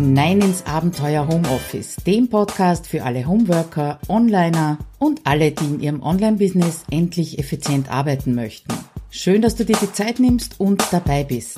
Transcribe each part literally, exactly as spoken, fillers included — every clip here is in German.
hinein ins Abenteuer Homeoffice, dem Podcast für alle Homeworker, Onliner und alle, die in ihrem Online-Business endlich effizient arbeiten möchten. Schön, dass du dir die Zeit nimmst und dabei bist.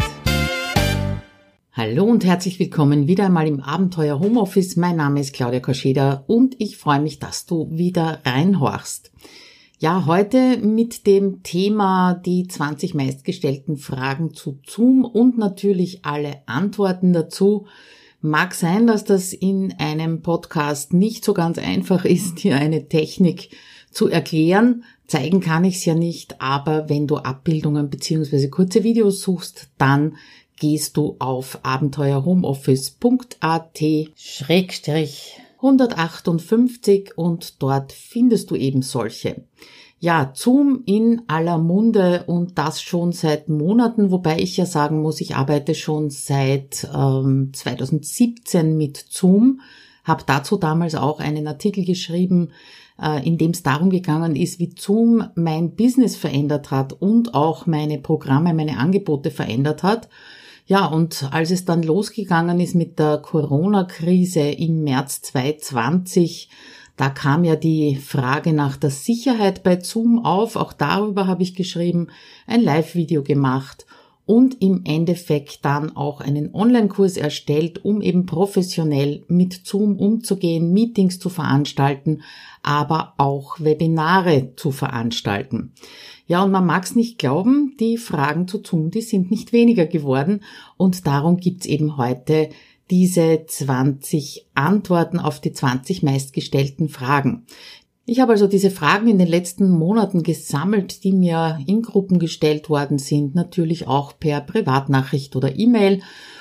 Hallo und herzlich willkommen wieder einmal im Abenteuer Homeoffice. Mein Name ist Claudia Koscheda und ich freue mich, dass du wieder reinhorchst. Ja, heute mit dem Thema die zwanzig meistgestellten Fragen zu Zoom und natürlich alle Antworten dazu. Mag sein, dass das in einem Podcast nicht so ganz einfach ist, hier eine Technik zu erklären. Zeigen kann ich es ja nicht, aber wenn du Abbildungen bzw. kurze Videos suchst, dann gehst du auf abenteuerhomeoffice punkt a t Schrägstrich hundertachtundfünfzig und dort findest du eben solche. Ja, Zoom in aller Munde und das schon seit Monaten, wobei ich ja sagen muss, ich arbeite schon seit ähm, zweitausendsiebzehn mit Zoom, habe dazu damals auch einen Artikel geschrieben, äh, in dem es darum gegangen ist, wie Zoom mein Business verändert hat und auch meine Programme, meine Angebote verändert hat. Ja, und als es dann losgegangen ist mit der Corona-Krise im März zweitausendzwanzig, da kam ja die Frage nach der Sicherheit bei Zoom auf. Auch darüber habe ich geschrieben, ein Live-Video gemacht und im Endeffekt dann auch einen Online-Kurs erstellt, um eben professionell mit Zoom umzugehen, Meetings zu veranstalten, aber auch Webinare zu veranstalten. Ja, und man mag es nicht glauben, die Fragen zu Zoom, die sind nicht weniger geworden und darum gibt's eben heute diese zwanzig Antworten auf die zwanzig meistgestellten Fragen. Ich habe also diese Fragen in den letzten Monaten gesammelt, die mir in Gruppen gestellt worden sind, natürlich auch per Privatnachricht oder E-Mail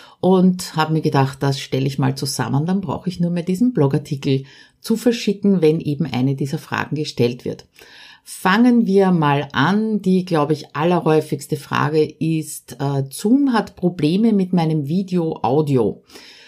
und habe mir gedacht, das stelle ich mal zusammen, dann brauche ich nur mehr diesen Blogartikel zu verschicken, wenn eben eine dieser Fragen gestellt wird. Fangen wir mal an. Die, glaube ich, allerhäufigste Frage ist, äh, Zoom hat Probleme mit meinem Video-Audio.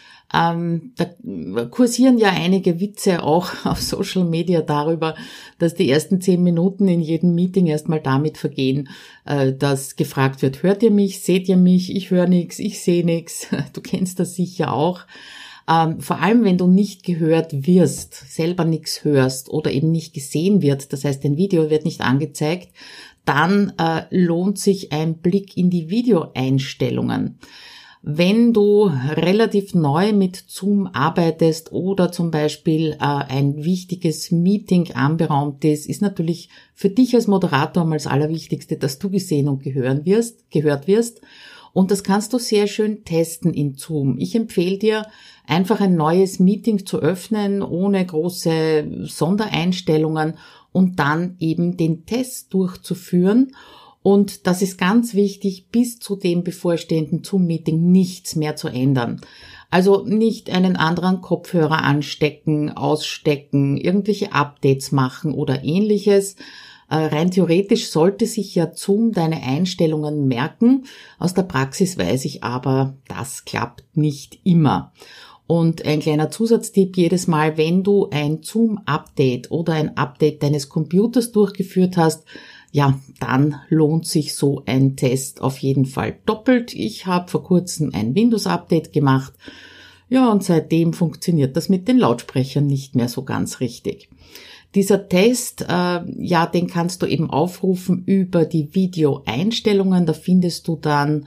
Ähm, da kursieren ja einige Witze auch auf Social Media darüber, dass die ersten zehn Minuten in jedem Meeting erstmal damit vergehen, äh, dass gefragt wird, hört ihr mich, seht ihr mich, ich höre nichts, ich sehe nichts. Du kennst das sicher auch. Ähm, vor allem, wenn du nicht gehört wirst, selber nichts hörst oder eben nicht gesehen wird, das heißt, ein Video wird nicht angezeigt, dann äh, lohnt sich ein Blick in die Videoeinstellungen. Wenn du relativ neu mit Zoom arbeitest oder zum Beispiel äh, ein wichtiges Meeting anberaumt ist, ist natürlich für dich als Moderator mal das Allerwichtigste, dass du gesehen und gehören wirst, gehört wirst. Und das kannst du sehr schön testen in Zoom. Ich empfehle dir, einfach ein neues Meeting zu öffnen, ohne große Sondereinstellungen und dann eben den Test durchzuführen. Und das ist ganz wichtig, bis zu dem bevorstehenden Zoom-Meeting nichts mehr zu ändern. Also nicht einen anderen Kopfhörer anstecken, ausstecken, irgendwelche Updates machen oder ähnliches. Rein theoretisch sollte sich ja Zoom deine Einstellungen merken. Aus der Praxis weiß ich aber, das klappt nicht immer. Und ein kleiner Zusatztipp, jedes Mal, wenn du ein Zoom-Update oder ein Update deines Computers durchgeführt hast, ja, dann lohnt sich so ein Test auf jeden Fall doppelt. Ich habe vor kurzem ein Windows-Update gemacht. Ja, und seitdem funktioniert das mit den Lautsprechern nicht mehr so ganz richtig. Dieser Test, äh, ja, den kannst du eben aufrufen über die Videoeinstellungen. Da findest du dann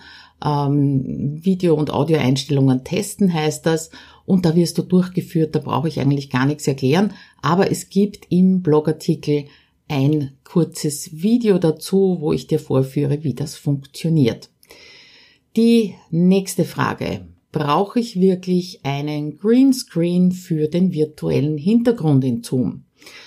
ähm, Video- und Audioeinstellungen testen, heißt das. Und da wirst du durchgeführt, da brauche ich eigentlich gar nichts erklären. Aber es gibt im Blogartikel ein kurzes Video dazu, wo ich dir vorführe, wie das funktioniert. Die nächste Frage. Brauche ich wirklich einen Greenscreen für den virtuellen Hintergrund in Zoom?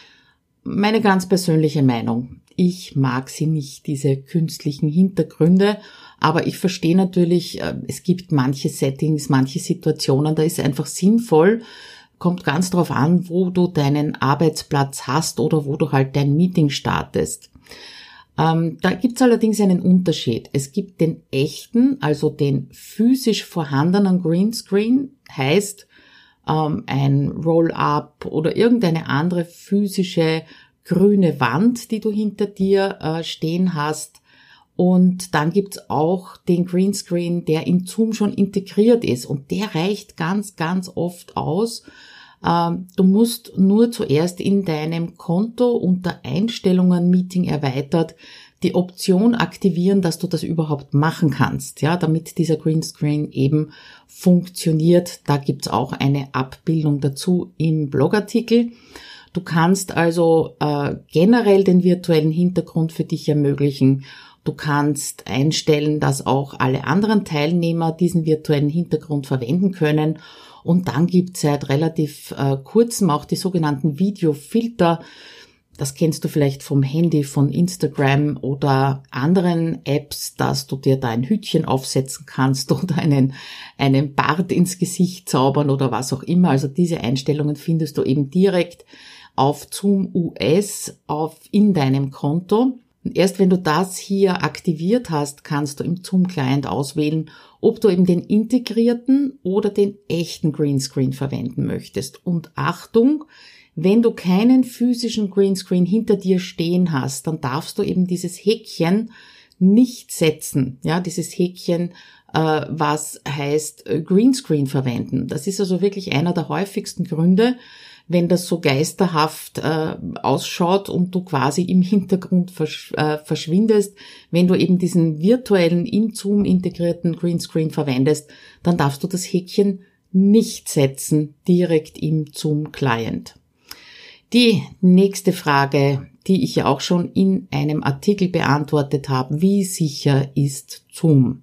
Meine ganz persönliche Meinung. Ich mag sie nicht, diese künstlichen Hintergründe, aber ich verstehe natürlich, es gibt manche Settings, manche Situationen, da ist es einfach sinnvoll, kommt ganz drauf an, wo du deinen Arbeitsplatz hast oder wo du halt dein Meeting startest. Ähm, da gibt's allerdings einen Unterschied. Es gibt den echten, also den physisch vorhandenen Greenscreen, heißt ähm, ein Roll-up oder irgendeine andere physische grüne Wand, die du hinter dir äh, stehen hast. Und dann gibt's auch den Greenscreen, der in Zoom schon integriert ist. Und der reicht ganz, ganz oft aus. Du musst nur zuerst in deinem Konto unter Einstellungen Meeting erweitert die Option aktivieren, dass du das überhaupt machen kannst, ja, damit dieser Greenscreen eben funktioniert. Da gibt's auch eine Abbildung dazu im Blogartikel. Du kannst also äh, generell den virtuellen Hintergrund für dich ermöglichen. Du kannst einstellen, dass auch alle anderen Teilnehmer diesen virtuellen Hintergrund verwenden können. Und dann gibt's seit relativ äh, kurzem auch die sogenannten Videofilter. Das kennst du vielleicht vom Handy, von Instagram oder anderen Apps, dass du dir da ein Hütchen aufsetzen kannst oder einen, einen Bart ins Gesicht zaubern oder was auch immer. Also diese Einstellungen findest du eben direkt auf Zoom U S auf, in deinem Konto. Und erst wenn du das hier aktiviert hast, kannst du im Zoom-Client auswählen, ob du eben den integrierten oder den echten Greenscreen verwenden möchtest. Und Achtung, wenn du keinen physischen Greenscreen hinter dir stehen hast, dann darfst du eben dieses Häkchen nicht setzen. Ja, dieses Häkchen, äh, was heißt äh, Greenscreen verwenden. Das ist also wirklich einer der häufigsten Gründe, wenn das so geisterhaft äh, ausschaut und du quasi im Hintergrund versch- äh, verschwindest. Wenn du eben diesen virtuellen, in Zoom integrierten Greenscreen verwendest, dann darfst du das Häkchen nicht setzen, direkt im Zoom-Client. Die nächste Frage, die ich ja auch schon in einem Artikel beantwortet habe: Wie sicher ist Zoom?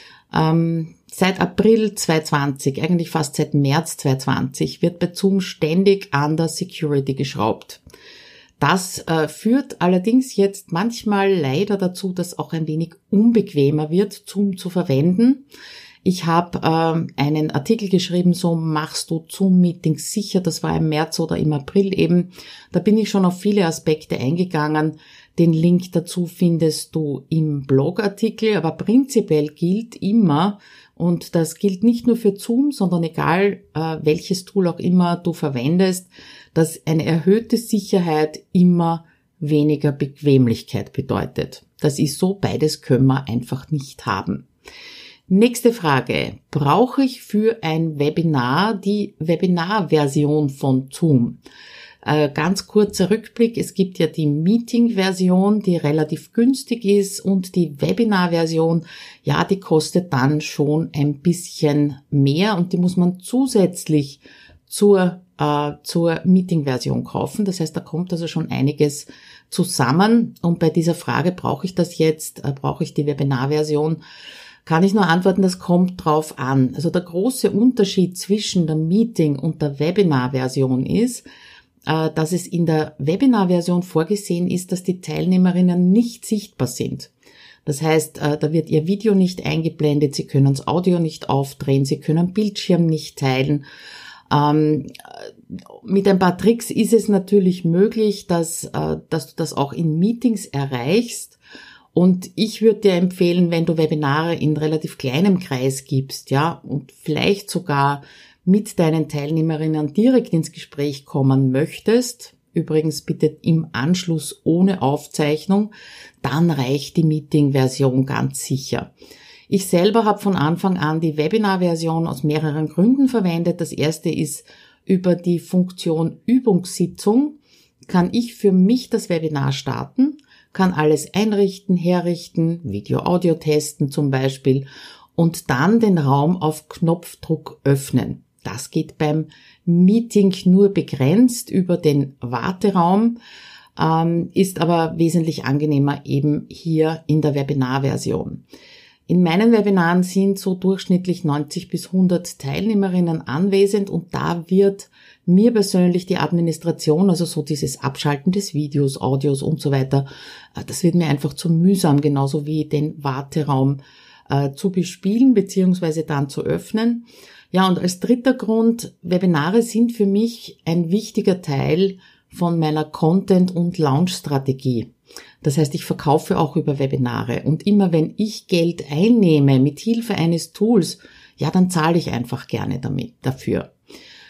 Ähm, seit April zweitausendzwanzig, eigentlich fast seit März zweitausendzwanzig, wird bei Zoom ständig an der Security geschraubt. Das äh, führt allerdings jetzt manchmal leider dazu, dass auch ein wenig unbequemer wird, Zoom zu verwenden. Ich habe ähm, einen Artikel geschrieben, so machst du Zoom-Meetings sicher. Das war im März oder im April eben. Da bin ich schon auf viele Aspekte eingegangen. Den Link dazu findest du im Blogartikel. Aber prinzipiell gilt immer, und das gilt nicht nur für Zoom, sondern egal äh, welches Tool auch immer du verwendest, dass eine erhöhte Sicherheit immer weniger Bequemlichkeit bedeutet. Das ist so, beides können wir einfach nicht haben. Nächste Frage. Brauche ich für ein Webinar die Webinar-Version von Zoom? Äh, ganz kurzer Rückblick. Es gibt ja die Meeting-Version, die relativ günstig ist, und die Webinar-Version, ja, die kostet dann schon ein bisschen mehr und die muss man zusätzlich zur, äh, zur Meeting-Version kaufen. Das heißt, da kommt also schon einiges zusammen. Und bei dieser Frage, brauche ich das jetzt, äh, brauche ich die Webinar-Version? Kann ich nur antworten, das kommt drauf an. Also der große Unterschied zwischen der Meeting- und der Webinar-Version ist, dass es in der Webinar-Version vorgesehen ist, dass die Teilnehmerinnen nicht sichtbar sind. Das heißt, da wird ihr Video nicht eingeblendet, sie können das Audio nicht aufdrehen, sie können Bildschirm nicht teilen. Mit ein paar Tricks ist es natürlich möglich, dass, dass du das auch in Meetings erreichst. Und ich würde dir empfehlen, wenn du Webinare in relativ kleinem Kreis gibst, ja, und vielleicht sogar mit deinen Teilnehmerinnen direkt ins Gespräch kommen möchtest, übrigens bitte im Anschluss ohne Aufzeichnung, dann reicht die Meeting-Version ganz sicher. Ich selber habe von Anfang an die Webinar-Version aus mehreren Gründen verwendet. Das erste ist, über die Funktion Übungssitzung kann ich für mich das Webinar starten, kann alles einrichten, herrichten, Video, Audio testen zum Beispiel und dann den Raum auf Knopfdruck öffnen. Das geht beim Meeting nur begrenzt über den Warteraum, ähm, ist aber wesentlich angenehmer eben hier in der Webinar-Version. In meinen Webinaren sind so durchschnittlich neunzig bis hundert Teilnehmerinnen anwesend und da wird mir persönlich die Administration, also so dieses Abschalten des Videos, Audios und so weiter, das wird mir einfach zu mühsam, genauso wie den Warteraum äh, zu bespielen bzw. dann zu öffnen. Ja, und als dritter Grund, Webinare sind für mich ein wichtiger Teil von meiner Content- und Launch-Strategie. Das heißt, ich verkaufe auch über Webinare und immer wenn ich Geld einnehme mit Hilfe eines Tools, ja, dann zahle ich einfach gerne damit dafür.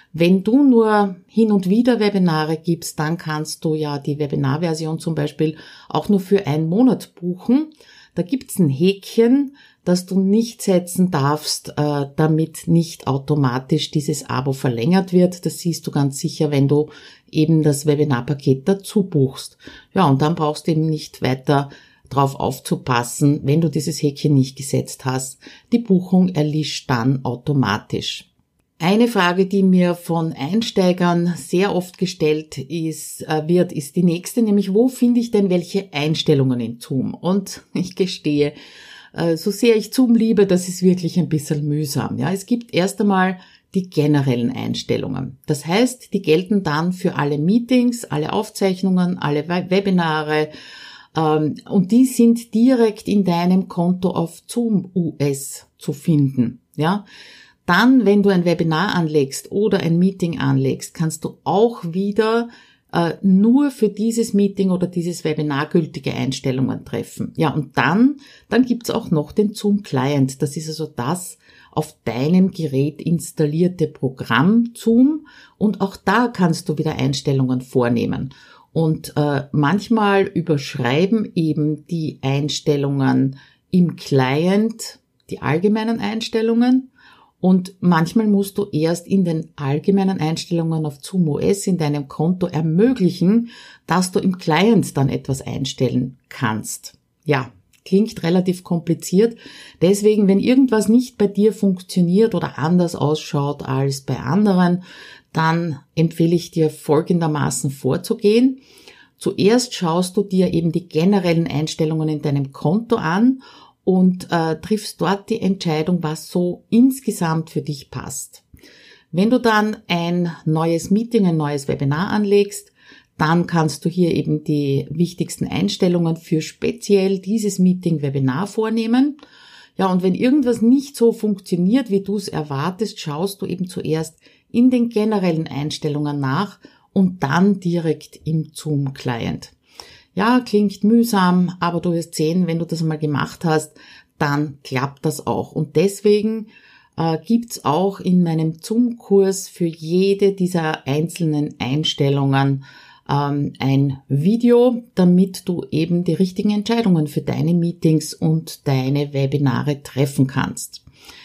Wenn du nur hin und wieder Webinare gibst, dann kannst du ja die Webinarversion zum Beispiel auch nur für einen Monat buchen. Da gibt's ein Häkchen, das du nicht setzen darfst, äh, damit nicht automatisch dieses Abo verlängert wird. Das siehst du ganz sicher, wenn du eben das Webinarpaket dazu buchst. Ja, und dann brauchst du eben nicht weiter drauf aufzupassen, wenn du dieses Häkchen nicht gesetzt hast. Die Buchung erlischt dann automatisch. Eine Frage, die mir von Einsteigern sehr oft gestellt ist, äh, wird, ist die nächste, nämlich wo finde ich denn welche Einstellungen in Zoom? Und ich gestehe, äh, so sehr ich Zoom liebe, das ist wirklich ein bisschen mühsam. Ja, es gibt erst einmal die generellen Einstellungen. Das heißt, die gelten dann für alle Meetings, alle Aufzeichnungen, alle Webinare, ähm, und die sind direkt in deinem Konto auf Zoom U S zu finden. Ja. Dann, wenn du ein Webinar anlegst oder ein Meeting anlegst, kannst du auch wieder äh, nur für dieses Meeting oder dieses Webinar gültige Einstellungen treffen. Ja, und dann, dann gibt's auch noch den Zoom Client. Das ist also das auf deinem Gerät installierte Programm Zoom. Und auch da kannst du wieder Einstellungen vornehmen. Und äh, manchmal überschreiben eben die Einstellungen im Client die allgemeinen Einstellungen. Und manchmal musst du erst in den allgemeinen Einstellungen auf Zoom O S in deinem Konto ermöglichen, dass du im Client dann etwas einstellen kannst. Ja, klingt relativ kompliziert. Deswegen, wenn irgendwas nicht bei dir funktioniert oder anders ausschaut als bei anderen, dann empfehle ich dir folgendermaßen vorzugehen. Zuerst schaust du dir eben die generellen Einstellungen in deinem Konto an und äh, triffst dort die Entscheidung, was so insgesamt für dich passt. Wenn du dann ein neues Meeting, ein neues Webinar anlegst, dann kannst du hier eben die wichtigsten Einstellungen für speziell dieses Meeting-Webinar vornehmen. Ja, und wenn irgendwas nicht so funktioniert, wie du es erwartest, schaust du eben zuerst in den generellen Einstellungen nach und dann direkt im Zoom-Client. Ja, klingt mühsam, aber du wirst sehen, wenn du das mal gemacht hast, dann klappt das auch. Und deswegen äh, gibt's auch in meinem Zoom-Kurs für jede dieser einzelnen Einstellungen ähm, ein Video, damit du eben die richtigen Entscheidungen für deine Meetings und deine Webinare treffen kannst.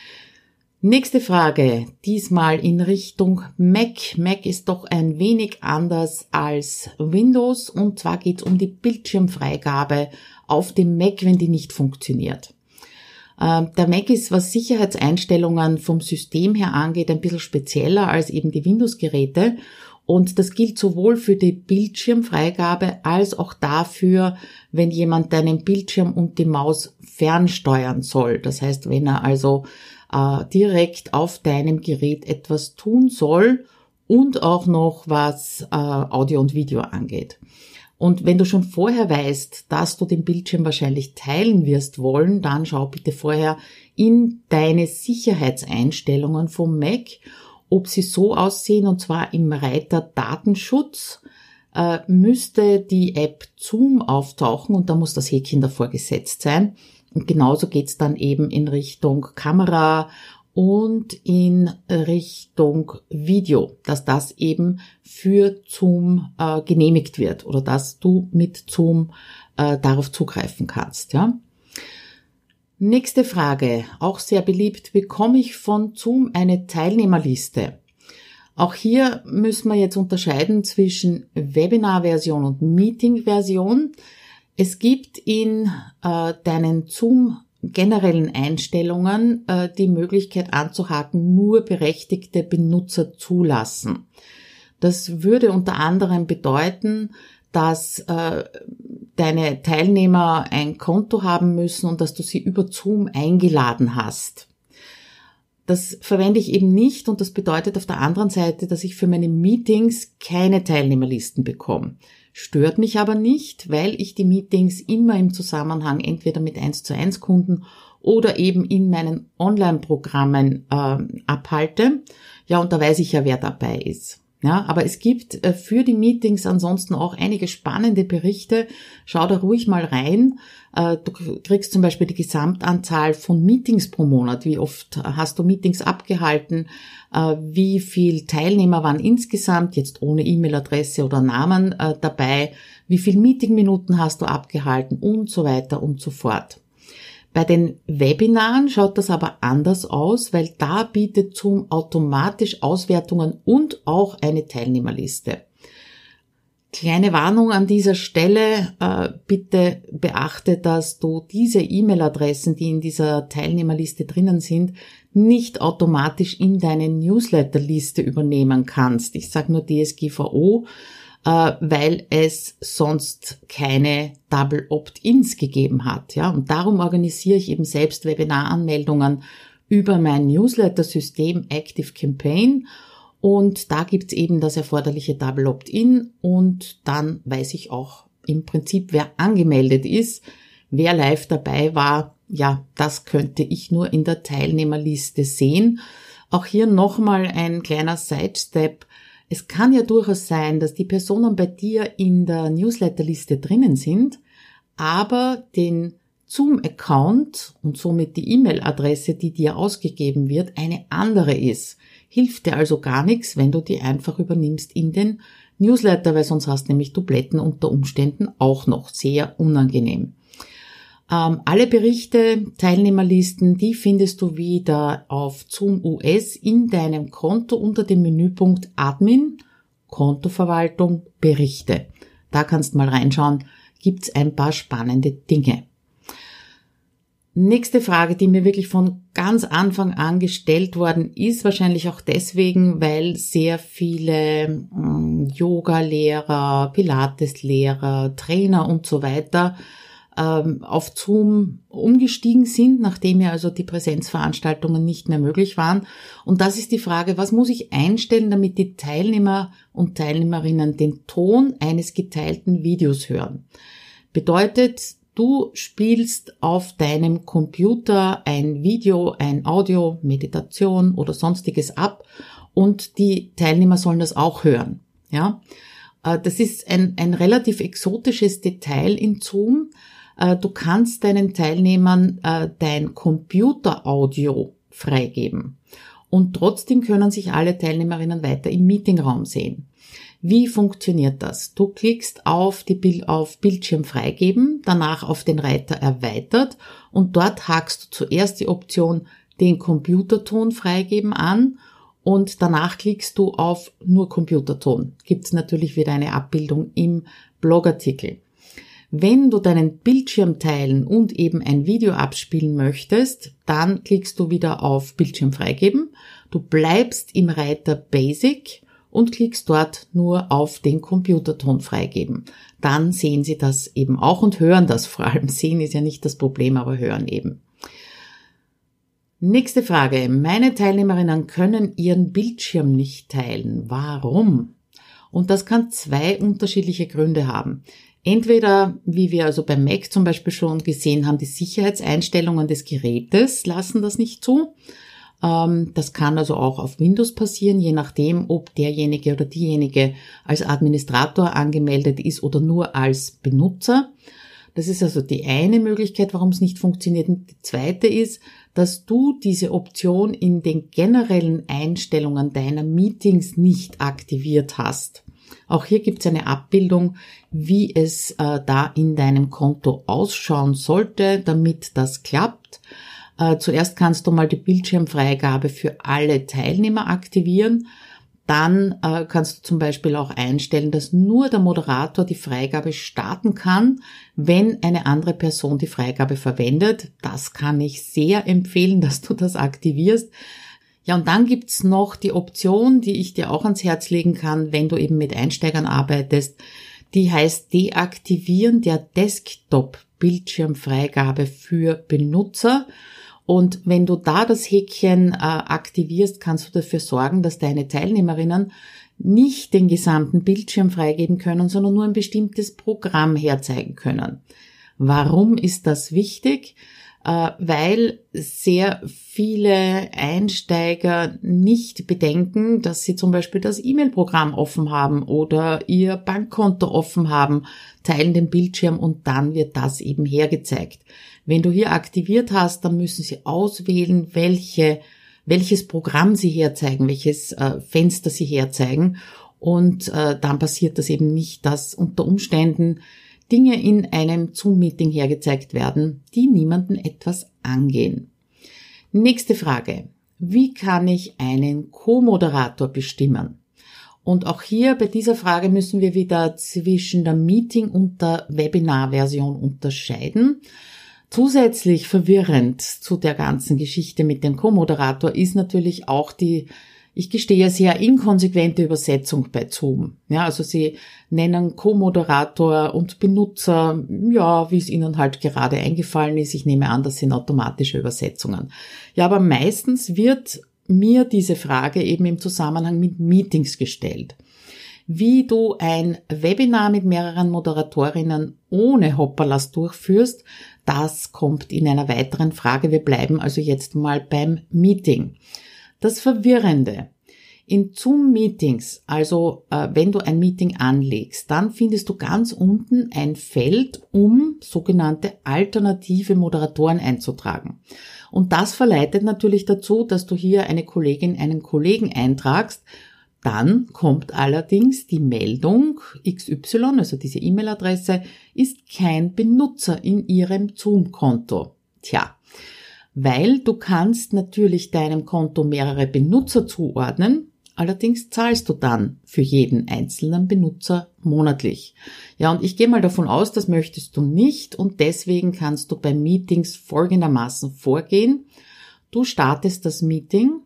Nächste Frage, diesmal in Richtung Mac. Mac ist doch ein wenig anders als Windows und zwar geht es um die Bildschirmfreigabe auf dem Mac, wenn die nicht funktioniert. Äh, der Mac ist, was Sicherheitseinstellungen vom System her angeht, ein bisschen spezieller als eben die Windows-Geräte und das gilt sowohl für die Bildschirmfreigabe als auch dafür, wenn jemand deinen Bildschirm und die Maus fernsteuern soll. Das heißt, wenn er also direkt auf deinem Gerät etwas tun soll und auch noch was äh, Audio und Video angeht. Und wenn du schon vorher weißt, dass du den Bildschirm wahrscheinlich teilen wirst wollen, dann schau bitte vorher in deine Sicherheitseinstellungen vom Mac, ob sie so aussehen, und zwar im Reiter Datenschutz äh, müsste die App Zoom auftauchen und da muss das Häkchen davor gesetzt sein. Und genauso geht's dann eben in Richtung Kamera und in Richtung Video, dass das eben für Zoom äh, genehmigt wird oder dass du mit Zoom äh, darauf zugreifen kannst. Ja. Nächste Frage, auch sehr beliebt, bekomme ich von Zoom eine Teilnehmerliste? Auch hier müssen wir jetzt unterscheiden zwischen Webinar-Version und Meeting-Version. Es gibt in äh, deinen Zoom generellen Einstellungen äh, die Möglichkeit anzuhaken, nur berechtigte Benutzer zulassen. Das würde unter anderem bedeuten, dass äh, deine Teilnehmer ein Konto haben müssen und dass du sie über Zoom eingeladen hast. Das verwende ich eben nicht und das bedeutet auf der anderen Seite, dass ich für meine Meetings keine Teilnehmerlisten bekomme. Stört mich aber nicht, weil ich die Meetings immer im Zusammenhang entweder mit eins zu eins Kunden oder eben in meinen Online-Programmen äh, abhalte. Ja, und da weiß ich ja, wer dabei ist. Ja, aber es gibt äh, für die Meetings ansonsten auch einige spannende Berichte. Schau da ruhig mal rein. Du kriegst zum Beispiel die Gesamtanzahl von Meetings pro Monat. Wie oft hast du Meetings abgehalten? Wie viele Teilnehmer waren insgesamt, jetzt ohne E-Mail-Adresse oder Namen dabei? Wie viele Meetingminuten hast du abgehalten? Und so weiter und so fort. Bei den Webinaren schaut das aber anders aus, weil da bietet Zoom automatisch Auswertungen und auch eine Teilnehmerliste. Kleine Warnung an dieser Stelle, äh, bitte beachte, dass du diese E-Mail-Adressen, die in dieser Teilnehmerliste drinnen sind, nicht automatisch in deine Newsletterliste übernehmen kannst. Ich sage nur D S G V O, äh, weil es sonst keine Double Opt-ins gegeben hat. Ja? Und darum organisiere ich eben selbst Webinaranmeldungen über mein Newsletter-System ActiveCampaign. Und da gibt's eben das erforderliche Double Opt-in und dann weiß ich auch im Prinzip, wer angemeldet ist, wer live dabei war. Ja, das könnte ich nur in der Teilnehmerliste sehen. Auch hier nochmal ein kleiner Sidestep. Es kann ja durchaus sein, dass die Personen bei dir in der Newsletterliste drinnen sind, aber den Zoom-Account und somit die E-Mail-Adresse, die dir ausgegeben wird, eine andere ist. Hilft dir also gar nichts, wenn du die einfach übernimmst in den Newsletter, weil sonst hast du nämlich Dubletten unter Umständen auch noch. Sehr unangenehm. Ähm, alle Berichte, Teilnehmerlisten, die findest du wieder auf Zoom U S in deinem Konto unter dem Menüpunkt Admin, Kontoverwaltung, Berichte. Da kannst du mal reinschauen, gibt's ein paar spannende Dinge. Nächste Frage, die mir wirklich von ganz Anfang an gestellt worden ist, wahrscheinlich auch deswegen, weil sehr viele ähm, Yoga-Lehrer, Pilates-Lehrer, Trainer und so weiter ähm, auf Zoom umgestiegen sind, nachdem ja also die Präsenzveranstaltungen nicht mehr möglich waren. Und das ist die Frage, was muss ich einstellen, damit die Teilnehmer und Teilnehmerinnen den Ton eines geteilten Videos hören? Bedeutet, du spielst auf deinem Computer ein Video, ein Audio, Meditation oder sonstiges ab und die Teilnehmer sollen das auch hören. Ja, das ist ein, ein relativ exotisches Detail in Zoom. Du kannst deinen Teilnehmern dein Computeraudio freigeben und trotzdem können sich alle Teilnehmerinnen weiter im Meetingraum sehen. Wie funktioniert das? Du klickst auf, die Bild, auf Bildschirm freigeben, danach auf den Reiter erweitert und dort hakst du zuerst die Option den Computerton freigeben an und danach klickst du auf nur Computerton. Gibt es natürlich wieder eine Abbildung im Blogartikel. Wenn du deinen Bildschirm teilen und eben ein Video abspielen möchtest, dann klickst du wieder auf Bildschirm freigeben. Du bleibst im Reiter Basic und klickst dort nur auf den Computerton freigeben. Dann sehen sie das eben auch und hören das vor allem. Sehen ist ja nicht das Problem, aber hören eben. Nächste Frage. Meine Teilnehmerinnen können ihren Bildschirm nicht teilen. Warum? Und das kann zwei unterschiedliche Gründe haben. Entweder, wie wir also beim Mac zum Beispiel schon gesehen haben, die Sicherheitseinstellungen des Gerätes lassen das nicht zu. Das kann also auch auf Windows passieren, je nachdem, ob derjenige oder diejenige als Administrator angemeldet ist oder nur als Benutzer. Das ist also die eine Möglichkeit, warum es nicht funktioniert. Und die zweite ist, dass du diese Option in den generellen Einstellungen deiner Meetings nicht aktiviert hast. Auch hier gibt es eine Abbildung, wie es äh, da in deinem Konto ausschauen sollte, damit das klappt. Äh, zuerst kannst du mal die Bildschirmfreigabe für alle Teilnehmer aktivieren. Dann äh, kannst du zum Beispiel auch einstellen, dass nur der Moderator die Freigabe starten kann, wenn eine andere Person die Freigabe verwendet. Das kann ich sehr empfehlen, dass du das aktivierst. Ja, und dann gibt's noch die Option, die ich dir auch ans Herz legen kann, wenn du eben mit Einsteigern arbeitest. Die heißt Deaktivieren der Desktop-Bildschirmfreigabe für Benutzer. Und wenn du da das Häkchen äh, aktivierst, kannst du dafür sorgen, dass deine Teilnehmerinnen nicht den gesamten Bildschirm freigeben können, sondern nur ein bestimmtes Programm herzeigen können. Warum ist das wichtig? weil sehr viele Einsteiger nicht bedenken, dass sie zum Beispiel das E-Mail-Programm offen haben oder ihr Bankkonto offen haben, teilen den Bildschirm und dann wird das eben hergezeigt. Wenn du hier aktiviert hast, dann müssen sie auswählen, welche, welches Programm sie herzeigen, welches äh, Fenster sie herzeigen und äh, dann passiert das eben nicht, dass unter Umständen Dinge in einem Zoom-Meeting hergezeigt werden, die niemanden etwas angehen. Nächste Frage. Wie kann ich einen Co-Moderator bestimmen? Und auch hier bei dieser Frage müssen wir wieder zwischen der Meeting- und der Webinar-Version unterscheiden. Zusätzlich verwirrend zu der ganzen Geschichte mit dem Co-Moderator ist natürlich auch die, ich gestehe, sehr inkonsequente Übersetzung bei Zoom. Ja, also sie nennen Co-Moderator und Benutzer, ja, wie es ihnen halt gerade eingefallen ist. Ich nehme an, das sind automatische Übersetzungen. Ja, aber meistens wird mir diese Frage eben im Zusammenhang mit Meetings gestellt. Wie du ein Webinar mit mehreren Moderatorinnen ohne Hopperlas durchführst, das kommt in einer weiteren Frage. Wir bleiben also jetzt mal beim Meeting. Das Verwirrende. In Zoom-Meetings, also äh, wenn du ein Meeting anlegst, dann findest du ganz unten ein Feld, um sogenannte alternative Moderatoren einzutragen. Und das verleitet natürlich dazu, dass du hier eine Kollegin, einen Kollegen eintragst. Dann kommt allerdings die Meldung X Y, also diese E-Mail-Adresse, ist kein Benutzer in ihrem Zoom-Konto. Tja, weil du kannst natürlich deinem Konto mehrere Benutzer zuordnen, allerdings zahlst du dann für jeden einzelnen Benutzer monatlich. Ja, und ich gehe mal davon aus, das möchtest du nicht und deswegen kannst du bei Meetings folgendermaßen vorgehen. Du startest das Meeting.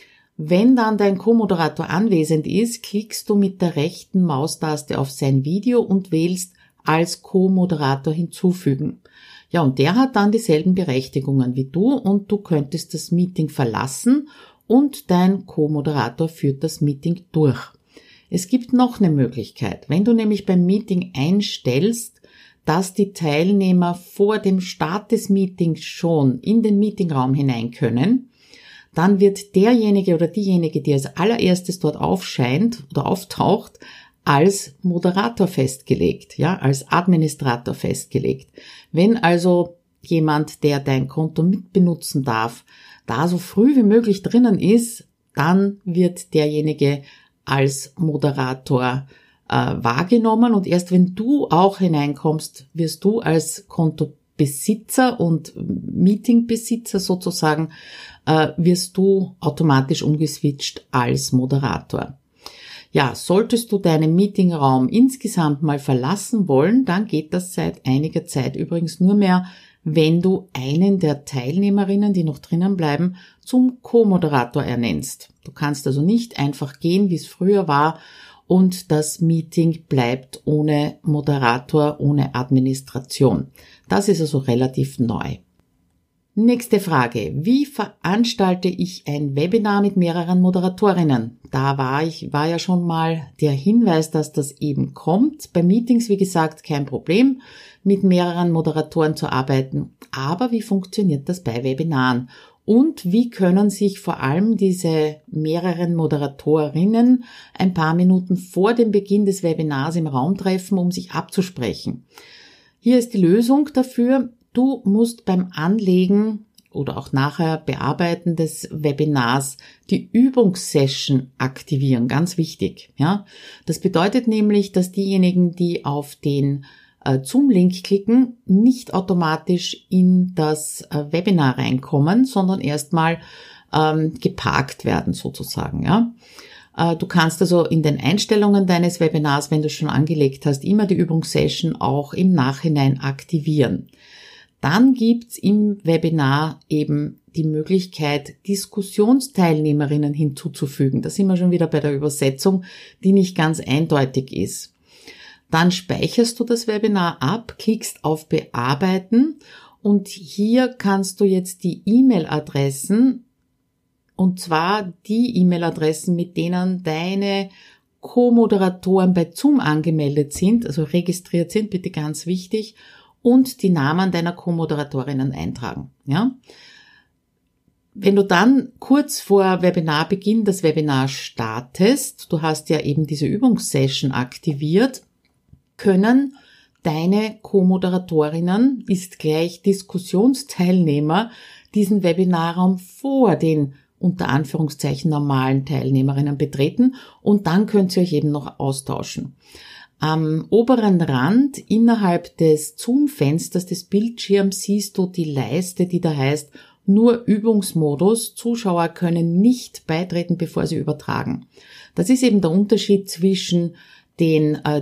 Wenn dann dein Co-Moderator anwesend ist, klickst du mit der rechten Maustaste auf sein Video und wählst als Co-Moderator hinzufügen. Ja, und der hat dann dieselben Berechtigungen wie du und du könntest das Meeting verlassen und dein Co-Moderator führt das Meeting durch. Es gibt noch eine Möglichkeit. Wenn du nämlich beim Meeting einstellst, dass die Teilnehmer vor dem Start des Meetings schon in den Meetingraum hinein können, dann wird derjenige oder diejenige, die als allererstes dort aufscheint oder auftaucht, als Moderator festgelegt, ja, als Administrator festgelegt. Wenn also jemand, der dein Konto mitbenutzen darf, da so früh wie möglich drinnen ist, dann wird derjenige als Moderator äh, wahrgenommen und erst wenn du auch hineinkommst, wirst du als Kontobesitzer und Meetingbesitzer sozusagen, äh, wirst du automatisch umgeswitcht als Moderator. Ja, solltest du deinen Meetingraum insgesamt mal verlassen wollen, dann geht das seit einiger Zeit übrigens nur mehr, wenn du einen der Teilnehmerinnen, die noch drinnen bleiben, zum Co-Moderator ernennst. Du kannst also nicht einfach gehen, wie es früher war, und das Meeting bleibt ohne Moderator, ohne Administration. Das ist also relativ neu. Nächste Frage. Wie veranstalte ich ein Webinar mit mehreren Moderatorinnen? Da war ich, war ja schon mal der Hinweis, dass das eben kommt. Bei Meetings, wie gesagt, kein Problem, mit mehreren Moderatoren zu arbeiten. Aber wie funktioniert das bei Webinaren? Und wie können sich vor allem diese mehreren Moderatorinnen ein paar Minuten vor dem Beginn des Webinars im Raum treffen, um sich abzusprechen? Hier ist die Lösung dafür. Du musst beim Anlegen oder auch nachher Bearbeiten des Webinars die Übungssession aktivieren. Ganz wichtig, ja. Das bedeutet nämlich, dass diejenigen, die auf den äh, Zoom-Link klicken, nicht automatisch in das äh, Webinar reinkommen, sondern erstmal ähm, geparkt werden sozusagen, ja. Äh, du kannst also in den Einstellungen deines Webinars, wenn du es schon angelegt hast, immer die Übungssession auch im Nachhinein aktivieren. Dann gibt's im Webinar eben die Möglichkeit, Diskussionsteilnehmerinnen hinzuzufügen. Da sind wir schon wieder bei der Übersetzung, die nicht ganz eindeutig ist. Dann speicherst du das Webinar ab, klickst auf Bearbeiten und hier kannst du jetzt die E-Mail-Adressen, und zwar die E-Mail-Adressen, mit denen deine Co-Moderatoren bei Zoom angemeldet sind, also registriert sind, bitte ganz wichtig, und die Namen deiner Co-Moderatorinnen eintragen. Ja? Wenn du dann kurz vor Webinarbeginn das Webinar startest, du hast ja eben diese Übungssession aktiviert, können deine Co-Moderatorinnen, ist gleich Diskussionsteilnehmer, diesen Webinarraum vor den unter Anführungszeichen normalen Teilnehmerinnen betreten und dann könnt ihr euch eben noch austauschen. Am oberen Rand innerhalb des Zoom-Fensters des Bildschirms siehst du die Leiste, die da heißt nur Übungsmodus. Zuschauer können nicht beitreten, bevor sie übertragen. Das ist eben der Unterschied zwischen den äh,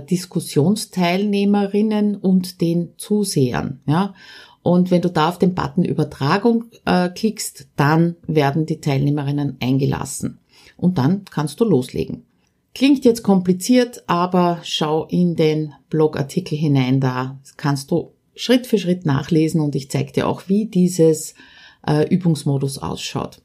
Diskussionsteilnehmerinnen und den Zusehern. Ja? Und wenn du da auf den Button Übertragung äh, klickst, dann werden die Teilnehmerinnen eingelassen. Und dann kannst du loslegen. Klingt jetzt kompliziert, aber schau in den Blogartikel hinein, da kannst du Schritt für Schritt nachlesen und ich zeige dir auch, wie dieses äh, Übungsmodus ausschaut.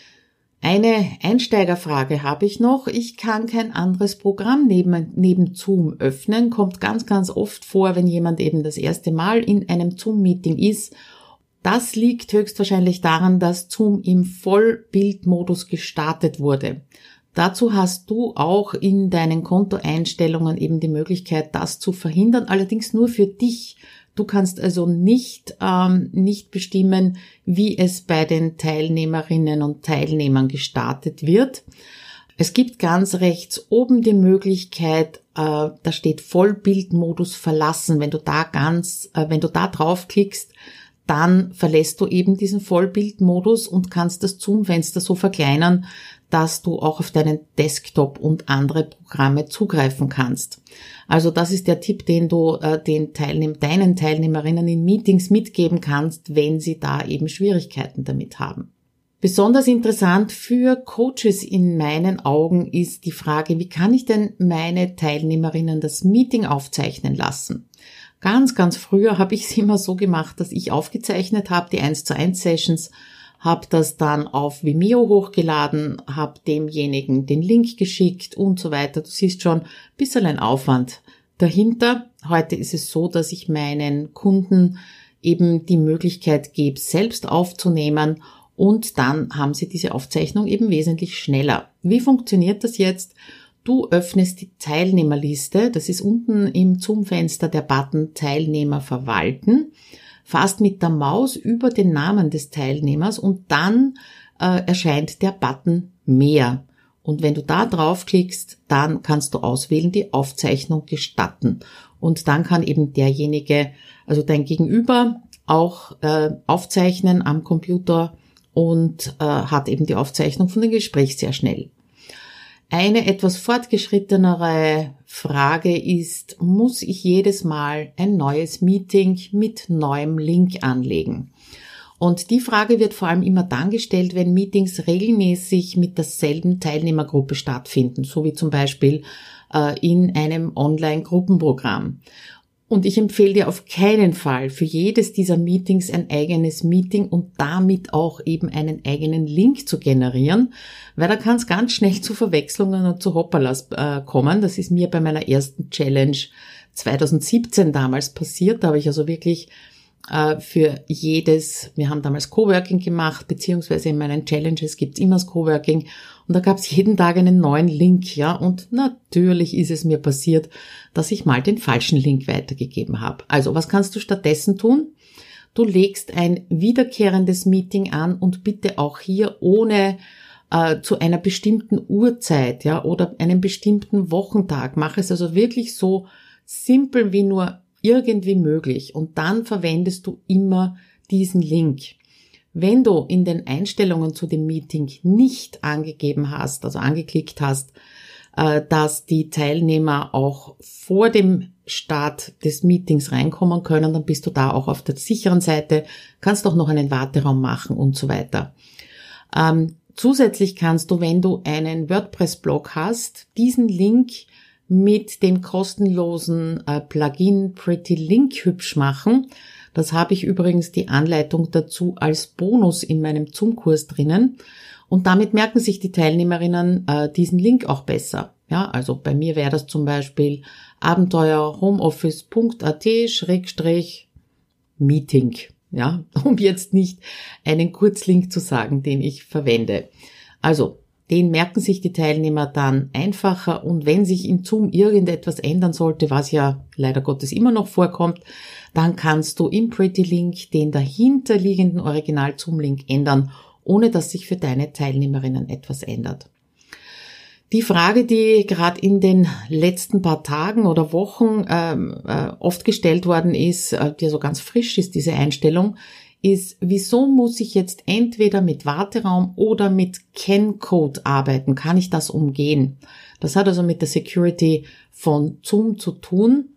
Eine Einsteigerfrage habe ich noch. Ich kann kein anderes Programm neben, neben Zoom öffnen. Kommt ganz, ganz oft vor, wenn jemand eben das erste Mal in einem Zoom-Meeting ist. Das liegt höchstwahrscheinlich daran, dass Zoom im Vollbildmodus gestartet wurde. Dazu hast du auch in deinen Kontoeinstellungen eben die Möglichkeit, das zu verhindern, allerdings nur für dich. Du kannst also nicht, ähm, nicht bestimmen, wie es bei den Teilnehmerinnen und Teilnehmern gestartet wird. Es gibt ganz rechts oben die Möglichkeit, äh, da steht Vollbildmodus verlassen. Wenn du da ganz, äh, wenn du da draufklickst, dann verlässt du eben diesen Vollbildmodus und kannst das Zoom-Fenster so verkleinern, dass du auch auf deinen Desktop und andere Programme zugreifen kannst. Also das ist der Tipp, den du äh, den Teilnehm- deinen Teilnehmerinnen in Meetings mitgeben kannst, wenn sie da eben Schwierigkeiten damit haben. Besonders interessant für Coaches in meinen Augen ist die Frage, wie kann ich denn meine Teilnehmerinnen das Meeting aufzeichnen lassen? Ganz, ganz früher habe ich es immer so gemacht, dass ich aufgezeichnet habe, die eins zu eins Sessions, habe das dann auf Vimeo hochgeladen, habe demjenigen den Link geschickt und so weiter. Du siehst schon, ein bisschen ein Aufwand dahinter. Heute ist es so, dass ich meinen Kunden eben die Möglichkeit gebe, selbst aufzunehmen und dann haben sie diese Aufzeichnung eben wesentlich schneller. Wie funktioniert das jetzt? Du öffnest die Teilnehmerliste, das ist unten im Zoom-Fenster der Button Teilnehmer verwalten, fasst mit der Maus über den Namen des Teilnehmers und dann äh, erscheint der Button Mehr. Und wenn du da draufklickst, dann kannst du auswählen, die Aufzeichnung gestatten. Und dann kann eben derjenige, also dein Gegenüber, auch äh, aufzeichnen am Computer und äh, hat eben die Aufzeichnung von dem Gespräch sehr schnell. Eine etwas fortgeschrittenere Frage ist, muss ich jedes Mal ein neues Meeting mit neuem Link anlegen? Und die Frage wird vor allem immer dann gestellt, wenn Meetings regelmäßig mit derselben Teilnehmergruppe stattfinden, so wie zum Beispiel äh, in einem Online-Gruppenprogramm. Und ich empfehle dir auf keinen Fall für jedes dieser Meetings ein eigenes Meeting und damit auch eben einen eigenen Link zu generieren, weil da kann es ganz schnell zu Verwechslungen und zu Hoppalas äh, kommen. Das ist mir bei meiner ersten Challenge zwanzig siebzehn damals passiert. Da habe ich also wirklich äh, für jedes, wir haben damals Coworking gemacht, beziehungsweise in meinen Challenges gibt's immer das Coworking und da gab's jeden Tag einen neuen Link, ja, und natürlich ist es mir passiert, dass ich mal den falschen Link weitergegeben habe. Also, was kannst du stattdessen tun? Du legst ein wiederkehrendes Meeting an und bitte auch hier ohne äh, zu einer bestimmten Uhrzeit, ja, oder einem bestimmten Wochentag. Mach es also wirklich so simpel wie nur irgendwie möglich und dann verwendest du immer diesen Link. Wenn du in den Einstellungen zu dem Meeting nicht angegeben hast, also angeklickt hast, dass die Teilnehmer auch vor dem Start des Meetings reinkommen können, dann bist du da auch auf der sicheren Seite, kannst auch noch einen Warteraum machen und so weiter. Ähm, zusätzlich kannst du, wenn du einen WordPress-Blog hast, diesen Link mit dem kostenlosen äh, Plugin Pretty Link hübsch machen. Das habe ich übrigens die Anleitung dazu als Bonus in meinem Zoom-Kurs drinnen. Und damit merken sich die Teilnehmerinnen äh, diesen Link auch besser. Ja, also bei mir wäre das zum Beispiel abenteuerhomeoffice punkt at schrägstrich Meeting. Ja, um jetzt nicht einen Kurzlink zu sagen, den ich verwende. Also, den merken sich die Teilnehmer dann einfacher und wenn sich in Zoom irgendetwas ändern sollte, was ja leider Gottes immer noch vorkommt, dann kannst du im Pretty Link den dahinterliegenden Original Zoom Link ändern, ohne dass sich für deine Teilnehmerinnen etwas ändert. Die Frage, die gerade in den letzten paar Tagen oder Wochen ähm, äh, oft gestellt worden ist, äh, die so ganz frisch ist, diese Einstellung, ist, wieso muss ich jetzt entweder mit Warteraum oder mit Ken-Code arbeiten? Kann ich das umgehen? Das hat also mit der Security von Zoom zu tun.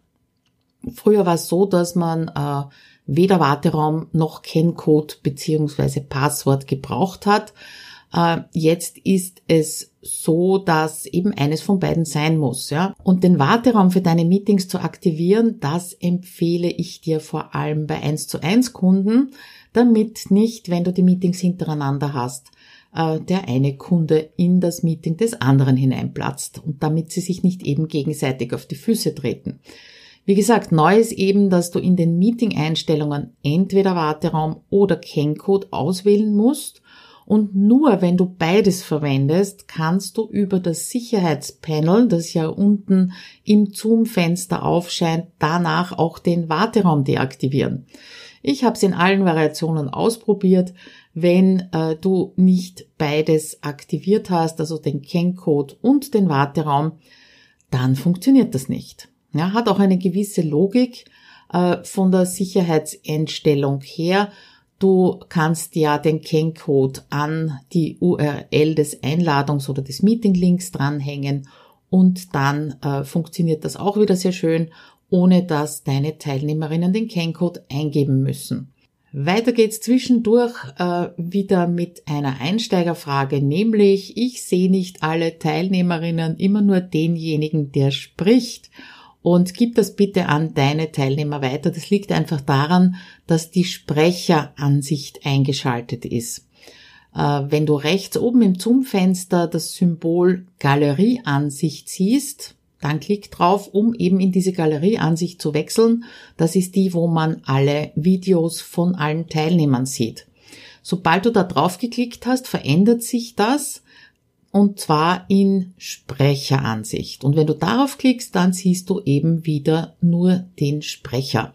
Früher war es so, dass man äh, weder Warteraum noch Ken-Code beziehungsweise Passwort gebraucht hat. Äh, jetzt ist es so, dass eben eines von beiden sein muss, ja. Und den Warteraum für deine Meetings zu aktivieren, das empfehle ich dir vor allem bei eins zu eins Kunden, damit nicht, wenn du die Meetings hintereinander hast, äh, der eine Kunde in das Meeting des anderen hineinplatzt und damit sie sich nicht eben gegenseitig auf die Füße treten. Wie gesagt, neu ist eben, dass du in den Meeting-Einstellungen entweder Warteraum oder Ken-Code auswählen musst. Und nur wenn du beides verwendest, kannst du über das Sicherheitspanel, das ja unten im Zoom-Fenster aufscheint, danach auch den Warteraum deaktivieren. Ich habe es in allen Variationen ausprobiert. Wenn äh, du nicht beides aktiviert hast, also den Ken-Code und den Warteraum, dann funktioniert das nicht. Ja, hat auch eine gewisse Logik äh, von der Sicherheitseinstellung her. Du kannst ja den Ken-Code an die U R L des Einladungs- oder des Meeting-Links dranhängen und dann äh, funktioniert das auch wieder sehr schön, ohne dass deine Teilnehmerinnen den Ken-Code eingeben müssen. Weiter geht's zwischendurch äh, wieder mit einer Einsteigerfrage, nämlich ich sehe nicht alle Teilnehmerinnen, immer nur denjenigen, der spricht. Und gib das bitte an deine Teilnehmer weiter. Das liegt einfach daran, dass die Sprecheransicht eingeschaltet ist. Äh, wenn du rechts oben im Zoom-Fenster das Symbol Galerieansicht siehst, dann klick drauf, um eben in diese Galerieansicht zu wechseln. Das ist die, wo man alle Videos von allen Teilnehmern sieht. Sobald du da drauf geklickt hast, verändert sich das. Und zwar in Sprecheransicht. Und wenn du darauf klickst, dann siehst du eben wieder nur den Sprecher.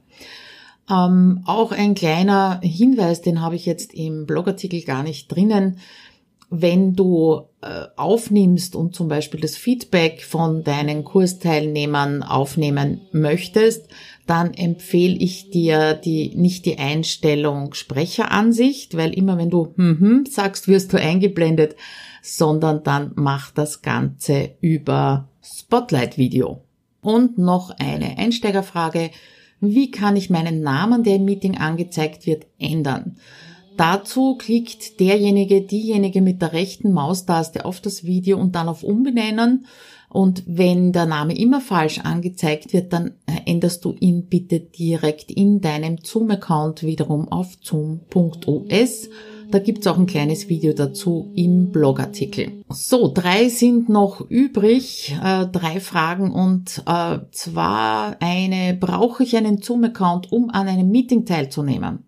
Ähm, auch ein kleiner Hinweis, den habe ich jetzt im Blogartikel gar nicht drinnen. Wenn du äh, aufnimmst und zum Beispiel das Feedback von deinen Kursteilnehmern aufnehmen möchtest, dann empfehle ich dir die nicht die Einstellung Sprecheransicht, weil immer wenn du hm, sagst, wirst du eingeblendet, sondern dann mach das Ganze über Spotlight-Video. Und noch eine Einsteigerfrage. Wie kann ich meinen Namen, der im Meeting angezeigt wird, ändern? Dazu klickt derjenige, diejenige mit der rechten Maustaste auf das Video und dann auf Umbenennen. Und wenn der Name immer falsch angezeigt wird, dann änderst du ihn bitte direkt in deinem Zoom-Account wiederum auf zoom punkt o s. Da gibt's auch ein kleines Video dazu im Blogartikel. So, drei sind noch übrig, äh, drei Fragen und äh, zwar eine, brauche ich einen Zoom-Account, um an einem Meeting teilzunehmen?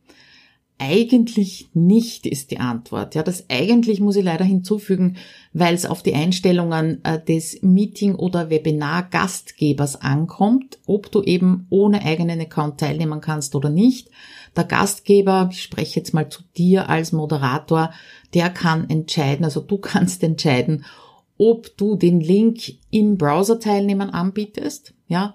Eigentlich nicht, ist die Antwort. Ja, das eigentlich muss ich leider hinzufügen, weil es auf die Einstellungen äh, des Meeting- oder Webinar-Gastgebers ankommt, ob du eben ohne eigenen Account teilnehmen kannst oder nicht. Der Gastgeber, ich spreche jetzt mal zu dir als Moderator, der kann entscheiden, also du kannst entscheiden, ob du den Link im Browser-Teilnehmern anbietest, ja,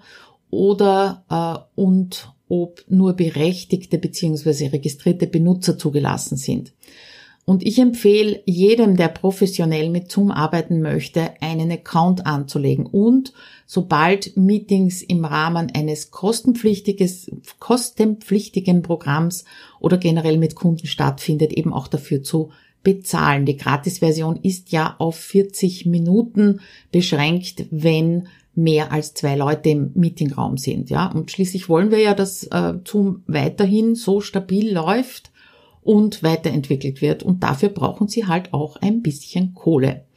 oder äh, und ob nur berechtigte bzw. registrierte Benutzer zugelassen sind. Und ich empfehle jedem, der professionell mit Zoom arbeiten möchte, einen Account anzulegen und sobald Meetings im Rahmen eines kostenpflichtiges, kostenpflichtigen Programms oder generell mit Kunden stattfindet, eben auch dafür zu bezahlen. Die Gratisversion ist ja auf vierzig Minuten beschränkt, wenn mehr als zwei Leute im Meetingraum sind, ja. Und schließlich wollen wir ja, dass äh, Zoom weiterhin so stabil läuft und weiterentwickelt wird. Und dafür brauchen sie halt auch ein bisschen Kohle.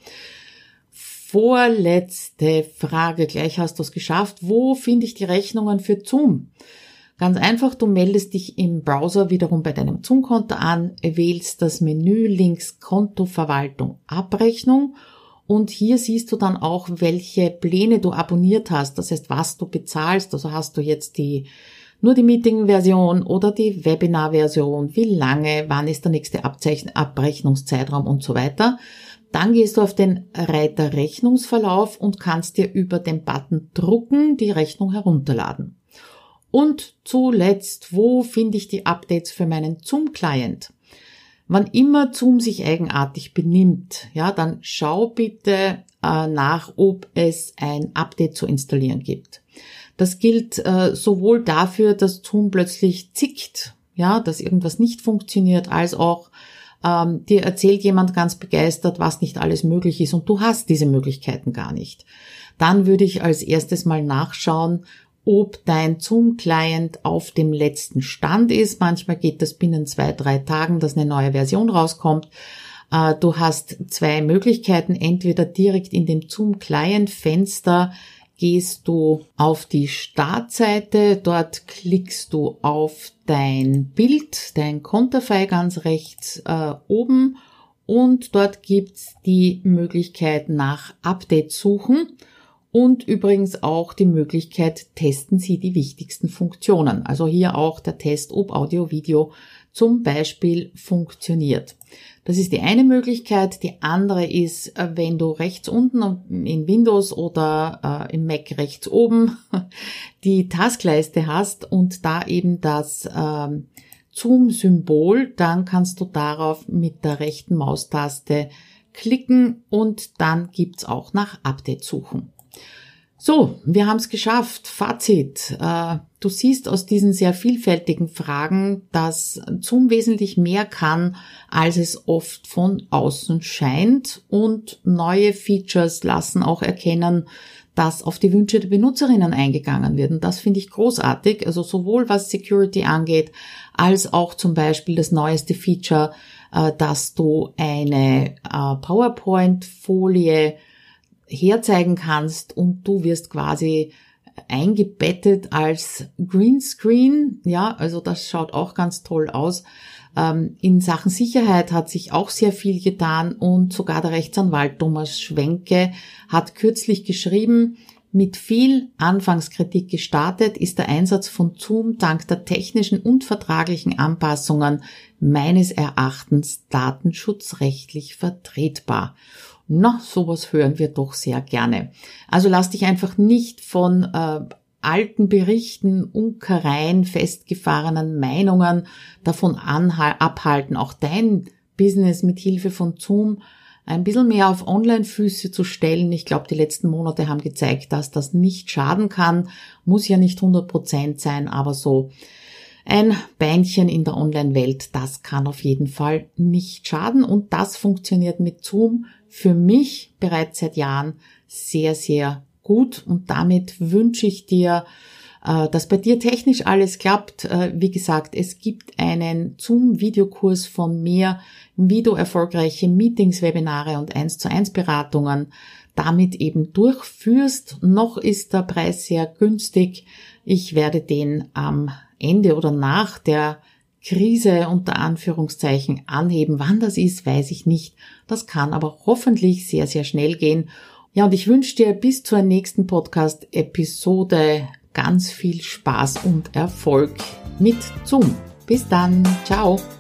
Vorletzte Frage, gleich hast du es geschafft. Wo finde ich die Rechnungen für Zoom? Ganz einfach, du meldest dich im Browser wiederum bei deinem Zoom-Konto an, wählst das Menü links Kontoverwaltung Abrechnung und hier siehst du dann auch, welche Pläne du abonniert hast, das heißt, was du bezahlst. Also hast du jetzt die nur die Meeting-Version oder die Webinar-Version, wie lange, wann ist der nächste Abzeichen- Abrechnungszeitraum und so weiter. Dann gehst du auf den Reiter Rechnungsverlauf und kannst dir über den Button Drucken die Rechnung herunterladen. Und zuletzt, wo finde ich die Updates für meinen Zoom-Client? Wann immer Zoom sich eigenartig benimmt, ja, dann schau bitte äh, nach, ob es ein Update zu installieren gibt. Das gilt äh, sowohl dafür, dass Zoom plötzlich zickt, ja, dass irgendwas nicht funktioniert, als auch ähm, dir erzählt jemand ganz begeistert, was nicht alles möglich ist und du hast diese Möglichkeiten gar nicht. Dann würde ich als erstes mal nachschauen, ob dein Zoom-Client auf dem letzten Stand ist. Manchmal geht das binnen zwei, drei Tagen, dass eine neue Version rauskommt. Du hast zwei Möglichkeiten. Entweder direkt in dem Zoom-Client-Fenster gehst du auf die Startseite. Dort klickst du auf dein Bild, dein Konterfei ganz rechts äh, oben. Und dort gibt's die Möglichkeit nach Update suchen. Und übrigens auch die Möglichkeit, testen Sie die wichtigsten Funktionen. Also hier auch der Test, ob Audio, Video zum Beispiel funktioniert. Das ist die eine Möglichkeit. Die andere ist, wenn du rechts unten in Windows oder äh, im Mac rechts oben die Taskleiste hast und da eben das ähm, Zoom-Symbol, dann kannst du darauf mit der rechten Maustaste klicken und dann gibt's auch nach Update suchen. So, wir haben es geschafft. Fazit. Äh, du siehst aus diesen sehr vielfältigen Fragen, dass Zoom wesentlich mehr kann, als es oft von außen scheint. Und neue Features lassen auch erkennen, dass auf die Wünsche der Benutzerinnen eingegangen wird. Und das finde ich großartig. Also sowohl was Security angeht, als auch zum Beispiel das neueste Feature, äh, dass du eine äh, PowerPoint-Folie herzeigen kannst und du wirst quasi eingebettet als Greenscreen. Ja, also das schaut auch ganz toll aus. Ähm, in Sachen Sicherheit hat sich auch sehr viel getan und sogar der Rechtsanwalt Thomas Schwenke hat kürzlich geschrieben, mit viel Anfangskritik gestartet ist der Einsatz von Zoom dank der technischen und vertraglichen Anpassungen meines Erachtens datenschutzrechtlich vertretbar. Na, sowas hören wir doch sehr gerne. Also lass dich einfach nicht von äh, alten Berichten, Unkereien, festgefahrenen Meinungen davon anha- abhalten, auch dein Business mit Hilfe von Zoom ein bisschen mehr auf Online-Füße zu stellen. Ich glaube, die letzten Monate haben gezeigt, dass das nicht schaden kann. Muss ja nicht hundert Prozent sein, aber so ein Beinchen in der Online-Welt, das kann auf jeden Fall nicht schaden. Und das funktioniert mit Zoom für mich bereits seit Jahren sehr, sehr gut. Und damit wünsche ich dir, dass bei dir technisch alles klappt. Wie gesagt, es gibt einen Zoom-Videokurs von mir, wie du erfolgreiche Meetings, Webinare und eins zu eins Beratungen damit eben durchführst. Noch ist der Preis sehr günstig. Ich werde den am Ende oder nach der Krise unter Anführungszeichen anheben. Wann das ist, weiß ich nicht. Das kann aber hoffentlich sehr, sehr schnell gehen. Ja, und ich wünsche dir bis zur nächsten Podcast-Episode ganz viel Spaß und Erfolg mit Zoom. Bis dann. Ciao.